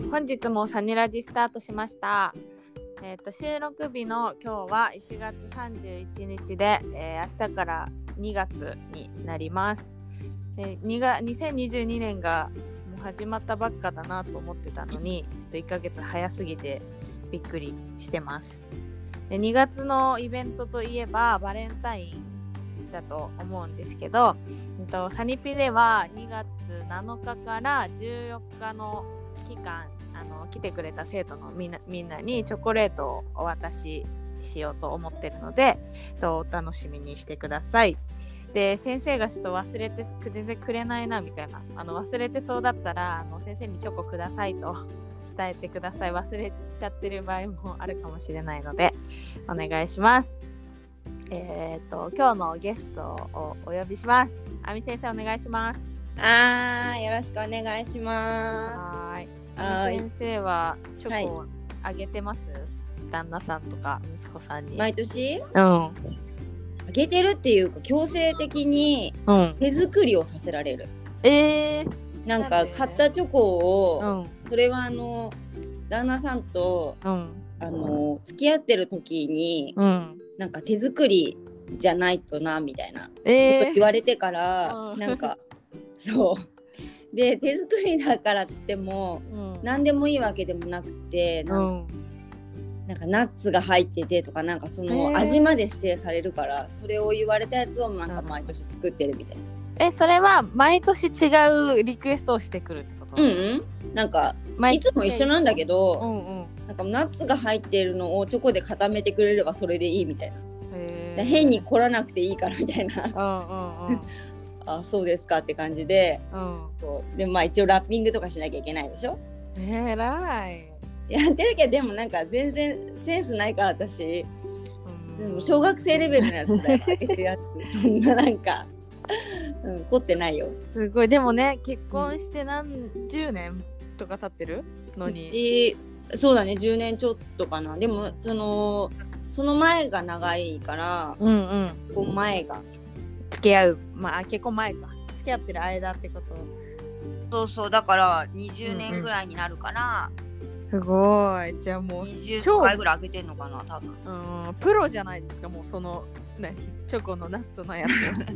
本日もサニラジスタートしました。収録日の今日は1月31日で、明日から2月になります。2022年がもう始まったばっかだなと思ってたのに、ちょっと1ヶ月早すぎてびっくりしてます。で、2月のイベントといえばバレンタインだと思うんですけど、サニピでは2月7日から14日の期間来てくれた生徒のみんなにチョコレートをお渡ししようと思ってるので、お楽しみにしてください。で、先生がちょっと忘れて全然くれないなみたいな、忘れてそうだったら先生にチョコくださいと伝えてください。忘れちゃってる場合もあるかもしれないのでお願いします。今日のゲストをお呼びします。あみ先生お願いします。 よろしくお願いします。 先生はチョコをあげてます、旦那さんとか息子さんに。 毎年あげてるっていうか、強制的に手作りをさせられる。なんか買ったチョコを、それは旦那さんと、付き合ってる時に、なんか手作りじゃないとなみたいな、言われてから、なんかそうで、手作りだからっつっても、何でもいいわけでもなくて、なんかナッツが入っててとか、なんかその味まで指定されるから、それを言われたやつをなんか毎年作ってるみたいな。 それは毎年違うリクエストをしてくるってこと？ なんかいつも一緒なんだけど、なんかナッツが入ってるのをチョコで固めてくれればそれでいいみたいな。変に凝らなくていいからみたいな。あ、そうですかって感じで、でも一応ラッピングとかしなきゃいけないでしょ。 偉い。 やってるけど、でもなんか全然センスないから私、でも小学生レベルのやつだよ、開けてるやつ。そんななんか凝ってないよ。 すごい。でもね、結婚して何十年とか経ってるのに。 そうだね、10年ちょっとかな。でもその前が長いから、こう前が付き合う、結構前か、付き合ってる間ってこと。 そうだから20年ぐらいになるから、 すごい。じゃあもう 20回ぐらい開けてんのかな多分。 プロじゃないですか、もうそのチョコのナッツのや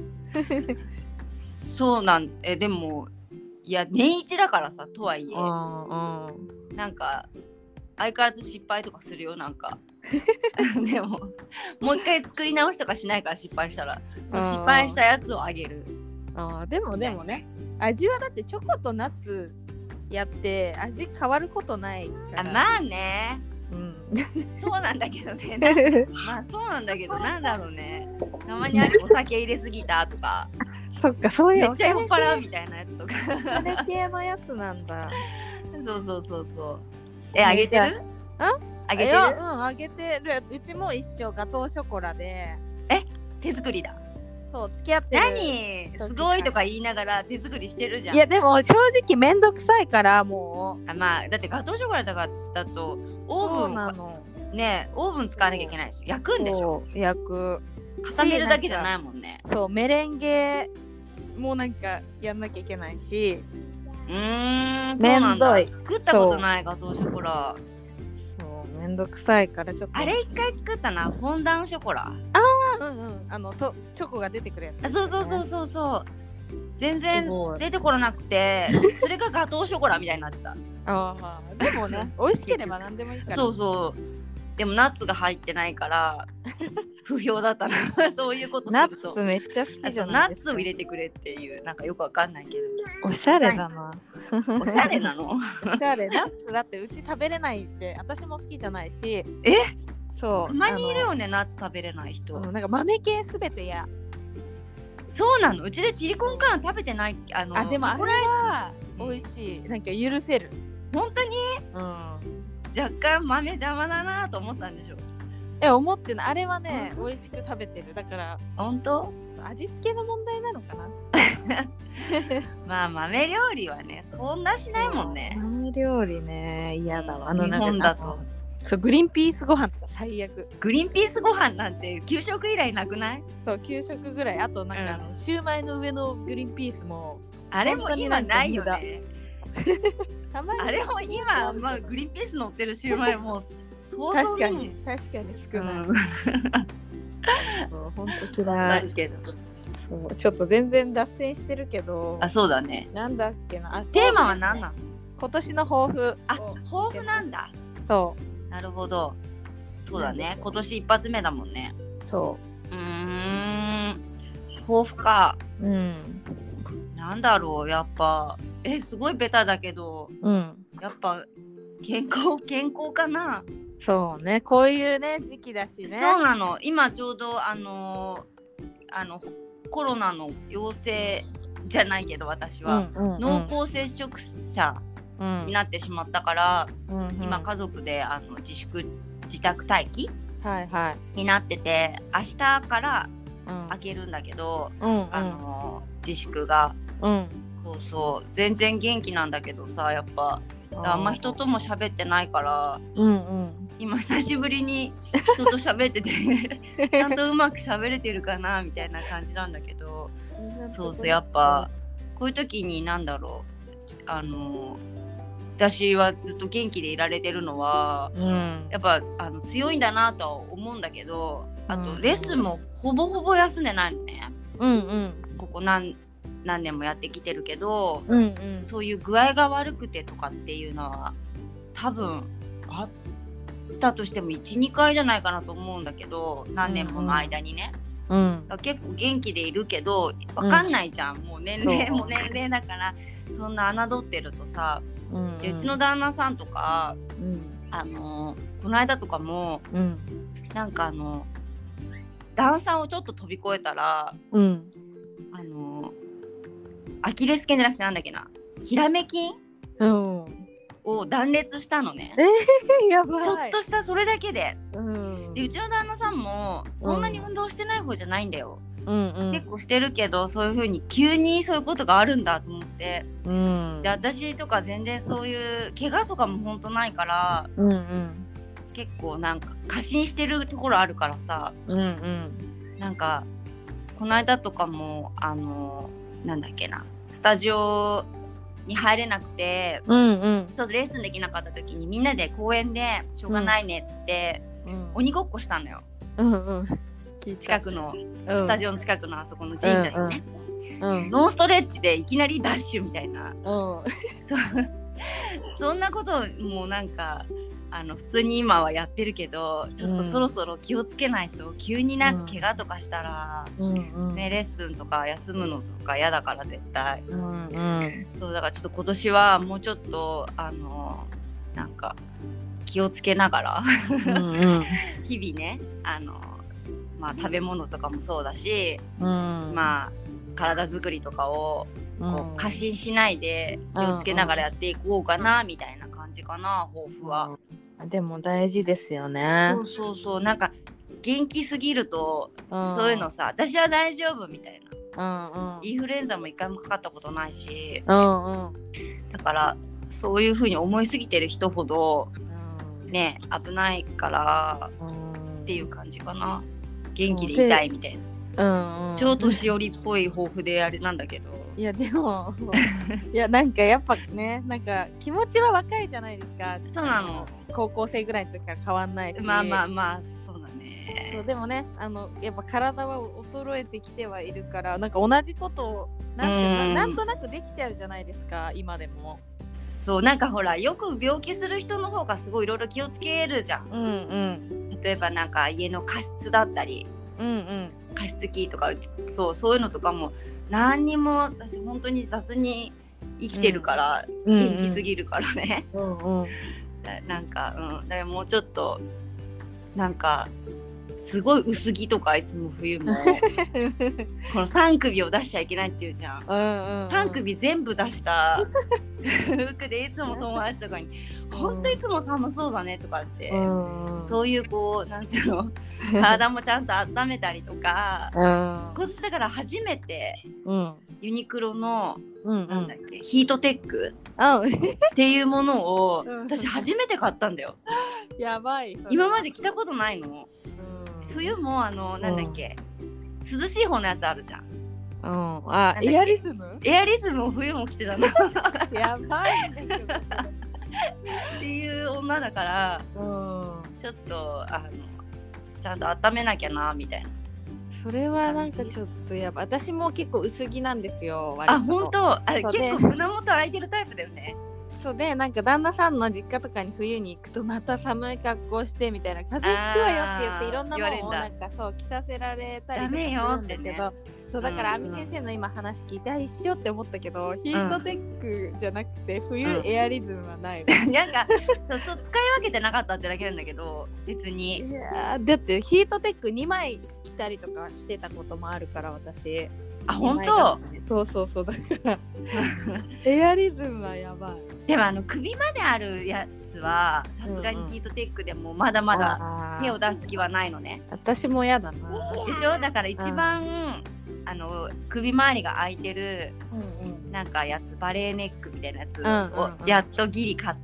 つ。そうなんでもいや年一だからさ、とはいえなんか相変わらず失敗とかするよ、なんか。でももう一回作り直しとかしないから、失敗したらその失敗したやつをあげる。 でもね、味はだってチョコとナッツやって味変わることないから。 まあね、そうなんだけどね。そうなんだけど、なんだろうね、たまにあるお酒入れすぎたとかそっか、そういうめっちゃ酔っ払うみたいなやつとか、 それ系のやつなんだ。 そうあげてる？あげてる？ あげてる。うちも一緒、ガトーショコラで。 手作りだ。 そう、付き合ってる。 何すごいとか言いながら手作りしてるじゃん。 いやでも正直めんどくさいから、もうだってガトーショコラとかだとオーブン使わなきゃいけないでしょ。焼くんでしょ。 焼く。 固めるだけじゃないもんね。 そう、メレンゲもなんかやんなきゃいけないし、 そうなんだ。作ったことない、ガトーショコラ。 そう、めんどくさいからちょっと。あれ一回作ったな、フォンダンショコラ。 チョコが出てくるやつ。 そう。全然出てこなくて、それがガトーショコラみたいになってた。 でもね、美味しければ何でもいいから。 そう。でもナッツが入ってないから不評だったな。そういうことすると。 ナッツめっちゃ好きじゃないですか。 ナッツを入れてくれっていう、なんかよくわかんないけど。 おしゃれだな。 おしゃれなの？ おしゃれ。ナッツだってうち食べれないって、私も好きじゃないし。そう。 たまにいるよね、ナッツ食べれない人。 なんか豆系すべて嫌。 そうなの。うちでチリコンカーン食べてない。 でもあれは美味しい。なんか許せる。 本当に？若干豆邪魔だなと思ったんでしょ。 思ってない。あれはね、美味しく食べてる。だから本当？ 味付けの問題なのかな。 豆料理はね、そんなしないもんね。 豆料理ね、嫌だわ。 日本だと。 そう、グリーンピースご飯とか最悪。 グリーンピースご飯なんて給食以来なくない？ そう、給食ぐらい。あとなんかシューマイの上のグリーンピースもあれも今ないよね。 たまにあれも今、まあ、グリーンピース乗ってるシューマイも相当に確かに少ない、ほんと嫌いだけど、 そうちょっと全然脱線してるけど、 あ、そうだね。 なんだっけな、 テーマは何なの？ 今年の抱負。 あ、抱負なんだ。 そう。なるほど。そうだね。今年一発目だもんね。 そう。 抱負か。 うん。 なんだろう、やっぱすごいベタだけど、 うん。 やっぱ健康かな。 そうね、こういうね時期だしね。 そうなの。今ちょうどコロナの陽性じゃないけど私は、濃厚接触者になってしまったから、今家族で自宅待機、になってて、明日から開けるんだけど、自粛が、そうそう全然元気なんだけどさ、やっぱあんま人とも喋ってないから、今久しぶりに人と喋っててちゃんとうまく喋れてるかなみたいな感じなんだけどそうそう、やっぱこういう時になんだろう、私はずっと元気でいられてるのは、やっぱ強いんだなとは思うんだけど、あとレッスンもほぼほぼ休んでないのね、ここ何年もやってきてるけど、そういう具合が悪くてとかっていうのは多分あったとしても 1,2 回じゃないかなと思うんだけど、何年もの間にね、結構元気でいるけど分かんないじゃん、もう年齢も年齢だから、そんな侮ってるとさ、うちの旦那さんとか、この間とかも、なんか段差をちょっと飛び越えたら、アキレス腱じゃなくてなんだっけな、ヒラメ筋、を断裂したのね。 やばい。 ちょっとしたそれだけで、でうちの旦那さんもそんなに運動してない方じゃないんだよ、結構してるけど、そういう風に急にそういうことがあるんだと思って、で私とか全然そういう怪我とかもほんとないから、結構なんか過信してるところあるからさ、なんかこの間とかもなんだっけな、スタジオに入れなくて、ちょっとレッスンできなかった時にみんなで公園でしょうがないねっつって、鬼ごっこしたのよ、近くのスタジオの近くのあそこの神社にね、ノンストレッチでいきなりダッシュみたいな、そんなことをもうなんか普通に今はやってるけど、ちょっとそろそろ気をつけないと、急になんか怪我とかしたら、ね、レッスンとか休むのとか嫌だから絶対、そうだからちょっと今年はもうちょっとなんか気をつけながら日々ね、まあ食べ物とかもそうだし、まあ体作りとかをこう過信しないで気をつけながらやっていこうかなみたいな感じかな、抱負は。 でも大事ですよね。 そうなんか元気すぎると、そういうのさ、私は大丈夫みたいな、インフルエンザも一回もかかったことないし、だからそういう風に思いすぎてる人ほど、ね危ないから、っていう感じかな。元気でいたいみたいな、超年寄りっぽい抱負であれなんだけど、 いやでもいやなんかやっぱね、なんか気持ちは若いじゃないですか。 そうなの。 高校生ぐらいの時から変わんないし、 まあそうだね。 そうでもね、やっぱ体は衰えてきてはいるから、なんか同じことをなんとなくできちゃうじゃないですか、今でも。 そう、なんかほら、よく病気する人の方がすごいいろいろ気をつけるじゃん。例えばなんか家の加湿だったり、加湿器とか、そういうのとかも何にも、私本当に雑に生きてるから、元気すぎるからね。なんかだからもうちょっとなんかすごい薄着とかいつも冬もこの3首を出しちゃいけないっていうじゃん、3首全部出した服でいつも友達とかにほんといつも寒そうだねとかって、そういうこうなんていうの体もちゃんと温めたりとか、今年だから初めて、ユニクロの、なんだっけ、ヒートテックっていうものを私初めて買ったんだよ。 やばい。 今まで着たことないの。冬もなんだっけ、涼しい方のやつあるじゃん。 うん、あ、エアリズム？ エアリズムを冬も着てたのやばいんだけどっていう女だから、ちょっとちゃんと温めなきゃなみたいな。 それはなんかちょっとやばい。私も結構薄着なんですよ。 あ、本当？結構胸元開いてるタイプだよね。 そうで、なんか旦那さんの実家とかに冬に行くとまた寒い格好してみたいな、風邪ひくわよって言っていろんなものをなんかそう着させられたりとかするんだけど、そうだから亜美先生の今話聞いて一緒って思ったけど、ヒートテックじゃなくて冬エアリズムはないわ、 なんかそう使い分けてなかったってだけなんだけど、別に。 いやだってヒートテック2枚着たりとかしてたこともあるから私。 あ、本当？ そうだからエアリズムはやばい。 でも首まであるやつはさすがにヒートテックでもまだまだ手を出す気はないのね。 私もやだな。 でしょ？だから一番首周りが開いてる、なんかやつ、バレーネックみたいなやつをやっとギリ買って、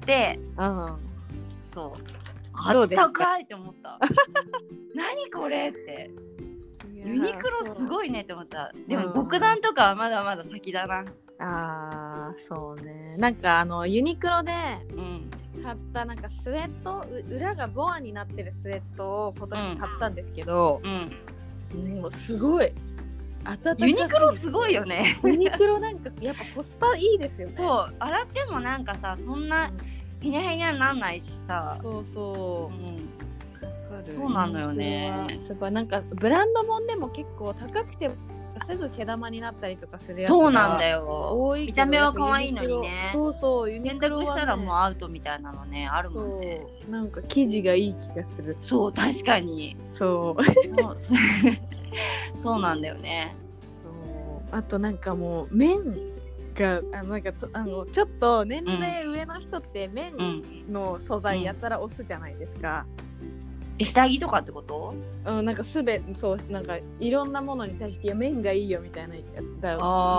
そうあったかいって思った何これって。ユニクロすごいねって思った。でも極暖とかはまだまだ先だな。 あー、そうね。なんかユニクロで買ったなんかスウェット、裏がボアになってるスウェットを今年買ったんですけど、もうすごい暖かい。 ユニクロすごいよねユニクロなんかやっぱコスパいいですよね。 そう、洗ってもなんかさ、そんなひにゃひにゃになんないしさ。 そうそう、 そうなのよね。 すごいなんかブランドもんでも結構高くてすぐ毛玉になったりとかするやつがそうなんだよ。 多い。 見た目は可愛いのにね。 そう、 洗濯したらもうアウトみたいなのね、あるもんね。 なんか生地がいい気がする。 そう、確かに。そうそうなんだよね。 あとなんかもう麺がなんかちょっと年齢上の人って麺の素材やったら押すじゃないですか。 下着とかってこと？ なんかそうなんかいろんなものに対して麺がいいよみたいなだよ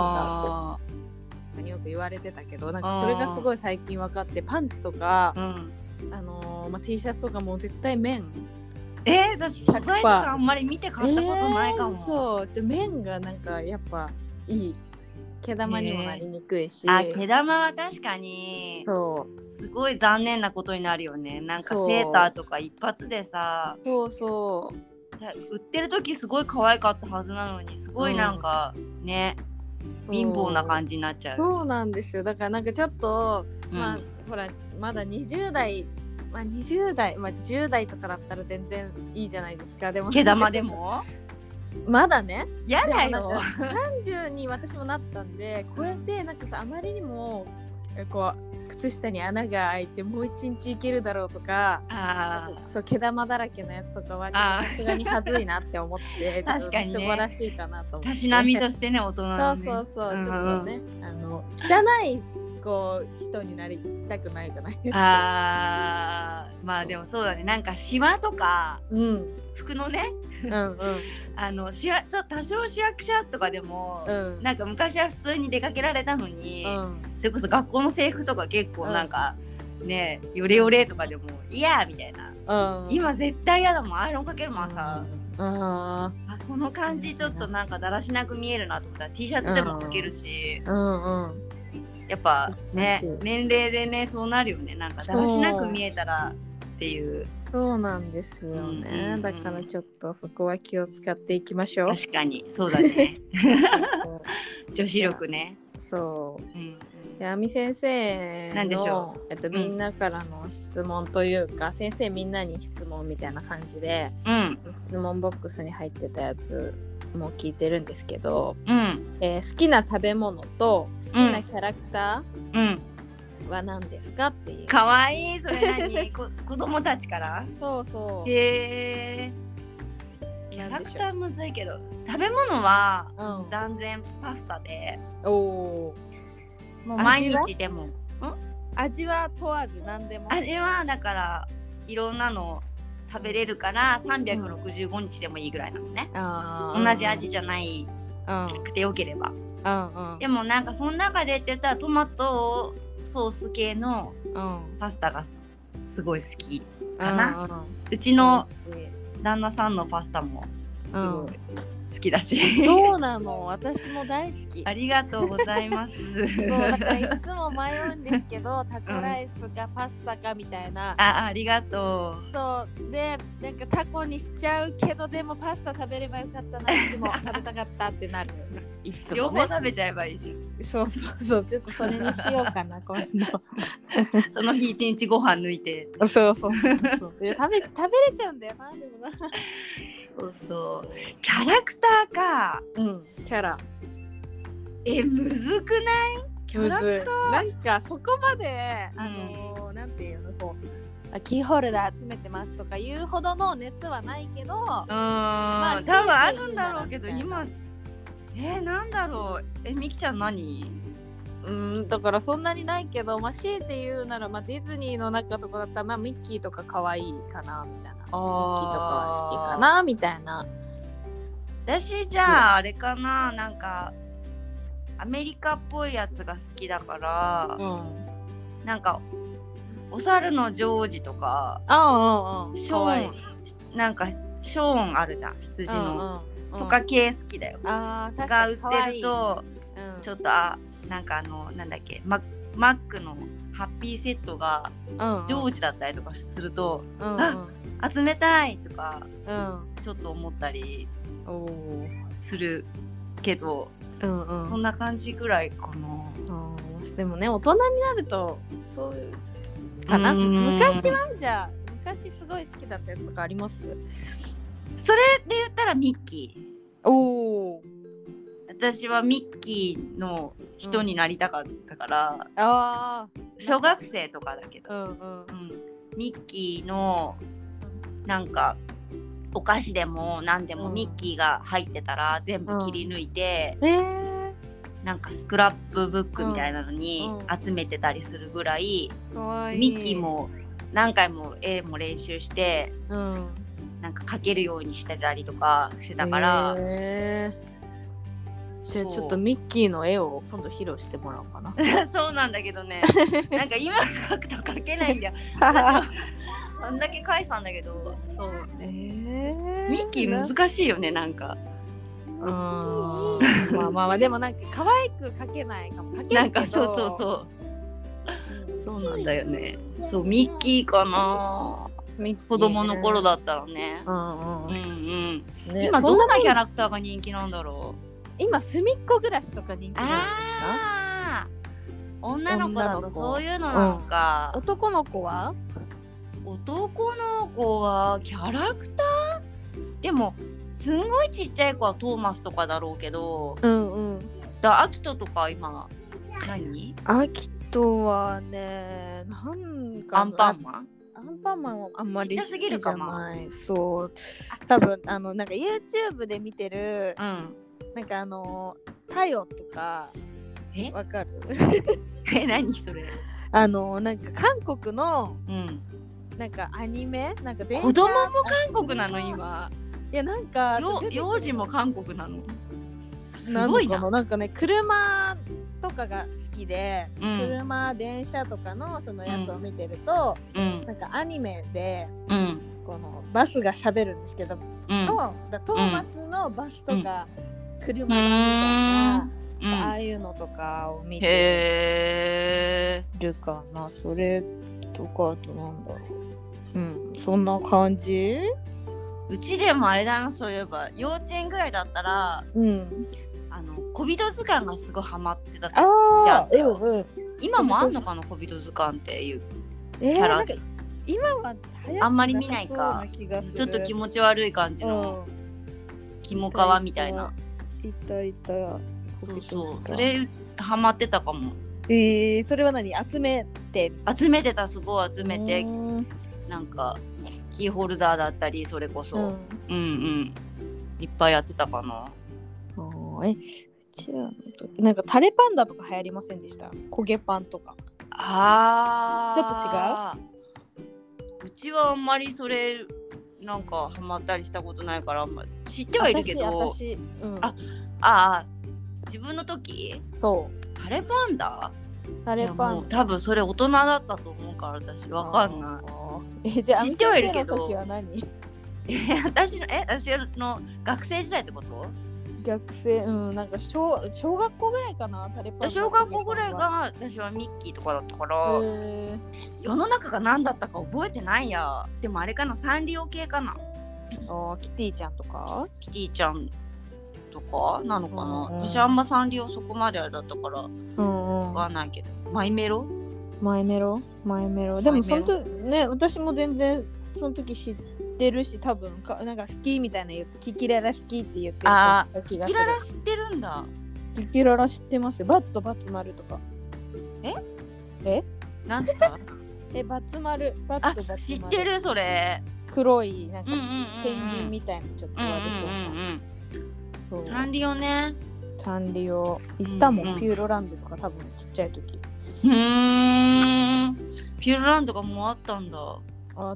よく言われてたけど、なんかそれがすごい最近分かって、パンツとか、T シャツとかも絶対麺。 私素材とかあんまり見て買ったことないかも。 そうで、麺がなんかやっぱいい。毛玉にもなりにくいし、 毛玉は確かにすごい残念なことになるよね。なんかセーターとか一発でさ、売ってる時すごい可愛かったはずなのに、すごいなんかね、貧乏な感じになっちゃう。 そうなんですよ。だからなんかちょっと、ほらまだ20代、20代、10代とかだったら全然いいじゃないですか。でも毛玉でもまだね、 やだよ。 30に私もなったんで、こうやってなんかさ、あまりにもこう靴下に穴が開いてもう一日いけるだろうとか、そう毛玉だらけのやつとかはさすがにはずいなって思って確かにね、 素晴らしいかなと思って、 たしなみとしてね、大人のね。 そうちょっとね、汚い人になりたくないじゃないですか。 まあでもそうだね。なんかシワとか、服のね、ちょっと多少シワくしゃとかでも、なんか昔は普通に出かけられたのに、それこそ学校の制服とか結構なんか、ね、ヨレヨレとかでもいやみたいな、今絶対嫌だもん、アイロンかけるもんさ、この感じちょっとなんかだらしなく見えるなと思ったら T シャツでもかけるし、やっぱね、年齢でね、そうなるよね。なんかだらしなく見えたらっていう。 そうなんですよね。だからちょっとそこは気を使っていきましょう。 確かにそうだね女子力ね。 そう、で亜美先生なんでしょう、みんなからの質問というか、先生みんなに質問みたいな感じで、質問ボックスに入ってたやつも聞いてるんですけど、好きな食べ物と好きなキャラクター、は何ですかっていう。 かわいい。それ何子供たちから？ そう。 キャラクターむずいけど、食べ物は断然パスタで、もう毎日でも。 味は問わず何でも。 味はだからいろんなの食べれるから365日でもいいぐらいなのね。同じ味じゃないくてよければ。でもなんかその中でって言ったらトマトソース系のパスタがすごい好きかな。うちの旦那さんのパスタもすごい、好きだし。 そうなの、私も大好き。 ありがとうございます。 そうだからいつも迷うんですけど、タコライスかパスタかみたいな。 ありがとう。 そうで、なんかタコにしちゃうけど、でもパスタ食べればよかったな、いつも食べたかったってなる。いつもね、 両方食べちゃえばいいじゃん。 そうそうそう、ちょっとそれにしようかな今度。 その日一日ご飯抜いて。 そうそうそう食べれちゃうんだよな、でもな。 そうそう、キャラクターか。 キャラ。 むずくない？キャラクターなんかそこまでなんていうの、こうキーホルダー集めてますとかいうほどの熱はないけど、 まあ多分あるんだろうけど、今なんだろう、みきちゃん何？ だからそんなにないけど、まあ強いて言うなら、まあディズニーの中とかだったら、まあミッキーとか可愛いかなみたいな、ミッキーとかは好きかなみたいな。 私じゃああれかな、なんかアメリカっぽいやつが好きだから、なんかお猿のジョージとか、ショーン、なんかショーンあるじゃん、羊の、とか系好きだよ。が売ってると、ちょっとなんかなんだっけ、マックのハッピーセットがジョージだったりとかすると、集めたいとか、ちょっと思ったりするけど、そんな感じぐらいかな。 でもね、大人になるとそういうかな。昔はじゃあ、昔すごい好きだったやつとかあります？ それで言ったらミッキー。私はミッキーの人になりたかったから、小学生とかだけど、ミッキーのなんかお菓子でも何でもミッキーが入ってたら全部切り抜いて、なんかスクラップブックみたいなのに集めてたりするぐらい、ミッキーも何回も絵も練習して、なんか描けるようにしてたりとかしてたから、 じゃあちょっとミッキーの絵を今度披露してもらおうかな。 そうなんだけどね、なんか今描くと描けないんだよ。あんだけ描いたんだけど、そう、ミッキー難しいよね、なんか。 まあでもなんか可愛く描けないかも。 なんかそうなんだよね。そう、ミッキーかな。子供の頃だったらね。今どんなキャラクターが人気なんだろう。 今すみっこ暮らしとか人気なんですか？ 女の子だとそういうのなのか。 男の子は？ 男の子はキャラクター？でもすんごいちっちゃい子はトーマスとかだろうけど、アキトとか今何？ アキトはね、なんかアンパンマン？ アンパンマンはあんまりちっちゃすぎるかな。 そう、多分なんか YouTube で見てる、なんかタヨとかわかる？ 何それ？ なんか韓国の、なんかアニメ、なんか子供も韓国なの今。 いや、なんか幼児も韓国なの。 すごいな。なんかね、車とかが好きで、車、電車とかのそのやつを見てると、なんかアニメで、このバスが喋るんですけど、トーマスのバスとか、車バスとか、ああいうのとかを見てるかな。それとか、あとなんだろう。そんな感じ？ うちでもあれだな、そういえば幼稚園ぐらいだったら、小人図鑑がすごいハマってたってやったよ。今もあんのかな、小人図鑑っていうキャラ。 今はあんまり見ないか。ちょっと気持ち悪い感じのキモカワみたいな。 いた。 そう、それハマってたかも。 それは何？集めてた、すごい集めて、なんかキーホルダーだったり、それこそ、いっぱいやってたかな。 うちらの時なんかタレパンダとか流行りませんでした？焦げパンとか。ちょっと違う？うちはあんまりそれなんかハマったりしたことないから、あんまり知ってはいるけど。自分の時？ そう。 タレパンダ？ タレパンダ。 多分それ大人だったと思うから、私わかんない。 じゃあ知ってはいるけど。時は何？ 私の学生時代ってこと？ 学生、なんか小学校ぐらいかな、タレパ小学校ぐらいが私はミッキーとかだったから、世の中が何だったか覚えてないや。でもあれかな、サンリオ系かな。 キティちゃんとか？ キティちゃんとかなのかな、私あんまサンリオそこまであれだったから、わかんないけど。マイメロ。でもその時ね、私も全然その時知ってるし、多分なんか好きみたいな言って、キキララ好きって言ってる。 キキララ知ってるんだ。 キキララ知ってますよ。バットバツ丸とか。 なんですか？ バツ丸、バットバツ丸。 知ってるそれ。 黒いなんかペンギンみたいなちょっと悪そうな。サンリオね。 サンリオ行ったもん、ピューロランドとか多分ちっちゃい時。 ピューロランドがもうあったんだ。 あった。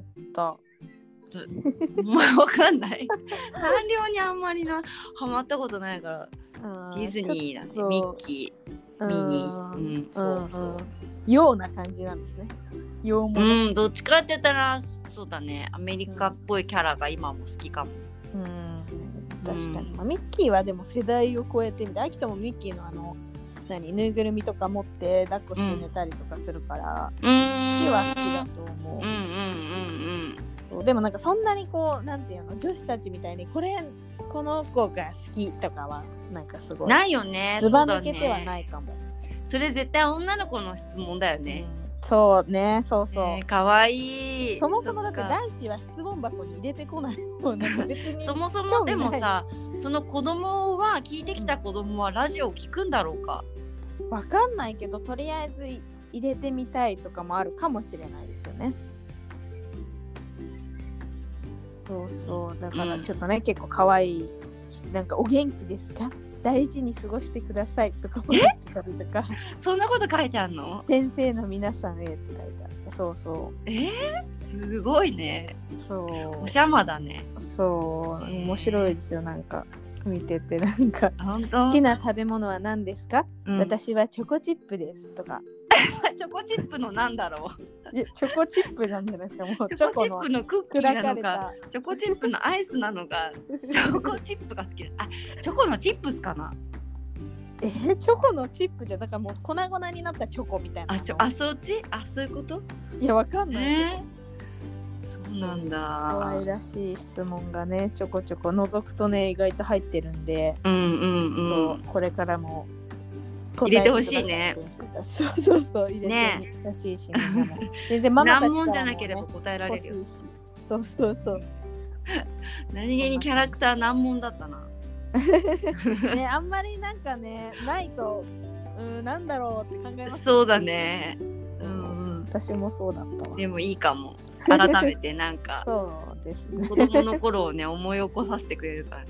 わかんない。サンリオにあんまりハマったことないから。ディズニーだね。ミッキー、ミニー、そうような感じなんですね。 どっちかって言ったらそうだね。アメリカっぽいキャラが今も好きかも。 確かに。ミッキーはでも世代を超えてみて、アキトもミッキーのぬいぐるみとか持って抱っこして寝たりとかするから、好きは好きだと思う。でもなんかそんなにこうなんていうの、女子たちみたいにこの子が好きとかはなんかすごいないよね。 ずば抜けてはないかも。 それ絶対女の子の質問だよね。 そうね、そうそう。 かわいい。 そもそもだって男子は質問箱に入れてこないもん。なんか別にそもそもでもさ、その子供は聞いてきた子供はラジオを聞くんだろうか。 わかんないけど、とりあえず入れてみたいとかもあるかもしれないですよね。そうだからちょっとね、結構可愛い、なんかお元気ですか、大事に過ごしてくださいとかも言ってたりとか。 そんなこと書いてあるの？ 先生の皆さんへって書いてあって、そうすごいね。おしゃまだね。 面白いですよ。なんか見てて、なんか好きな食べ物は何ですか？私はチョコチップですとか。 チョコチップのなんだろう。チョコチップなんじゃないですか。もうチョコチップのクッキーなのか、チョコチップのアイスなのか、チョコチップが好き。チョコのチップスかな。 チョコのチップじゃ、だからもう粉々になったチョコみたいな。 そっち？そういうこと？ いや、わかんないそうなんだ。 可愛らしい質問がね、ちょこちょこ覗くとね、意外と入ってるんで、これからも入れてほしいね。 そう入れてほしいし、全然ママたちからもね、難問じゃなければ答えられるよ。 そう何気にキャラクター難問だったな。 ね、あんまりなんかね、ないとなんだろうって考えます。 そうだね。 私もそうだったわ。 でもいいかも。改めてなんかそうですね。 子供の頃をね、思い起こさせてくれるからね。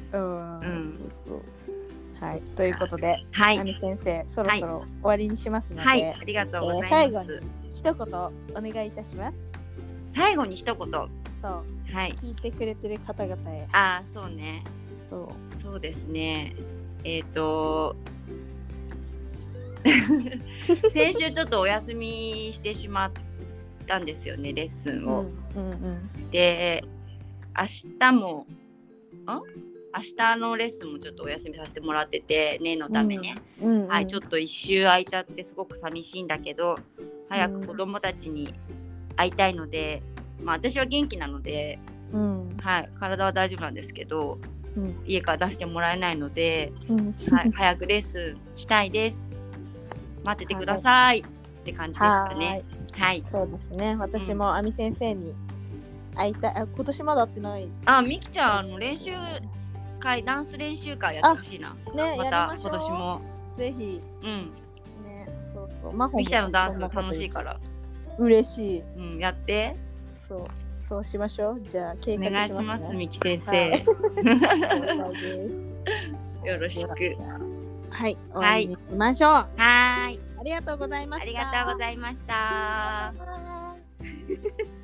はい、ということで、亜美先生、そろそろ終わりにしますので、 ありがとうございます。 最後に一言お願いいたします。 最後に一言。 聞いてくれてる方々へ。 そうね。そうですね。先週ちょっとお休みしてしまったんですよね、レッスンを。で、明日のレッスンもちょっとお休みさせてもらってて、念のためね、ちょっと一周空いちゃってすごく寂しいんだけど、早く子供たちに会いたいので、私は元気なので、体は大丈夫なんですけど、家から出してもらえないので、早くレッスンしたいです。待っててくださいって感じですかね。 そうですね。私も亜美先生に会いたい。今年まだ会ってない。 みきちゃん練習会、ダンス練習会やってほしいな。また今年もぜひ。 みきちゃんのダンス楽しいから。 嬉しい。やって。 そうしましょう。じゃあ計画しますね。お願いします、 みき先生。よろしく。 終わりにしましょう。 ありがとうございました。 ありがとうございました。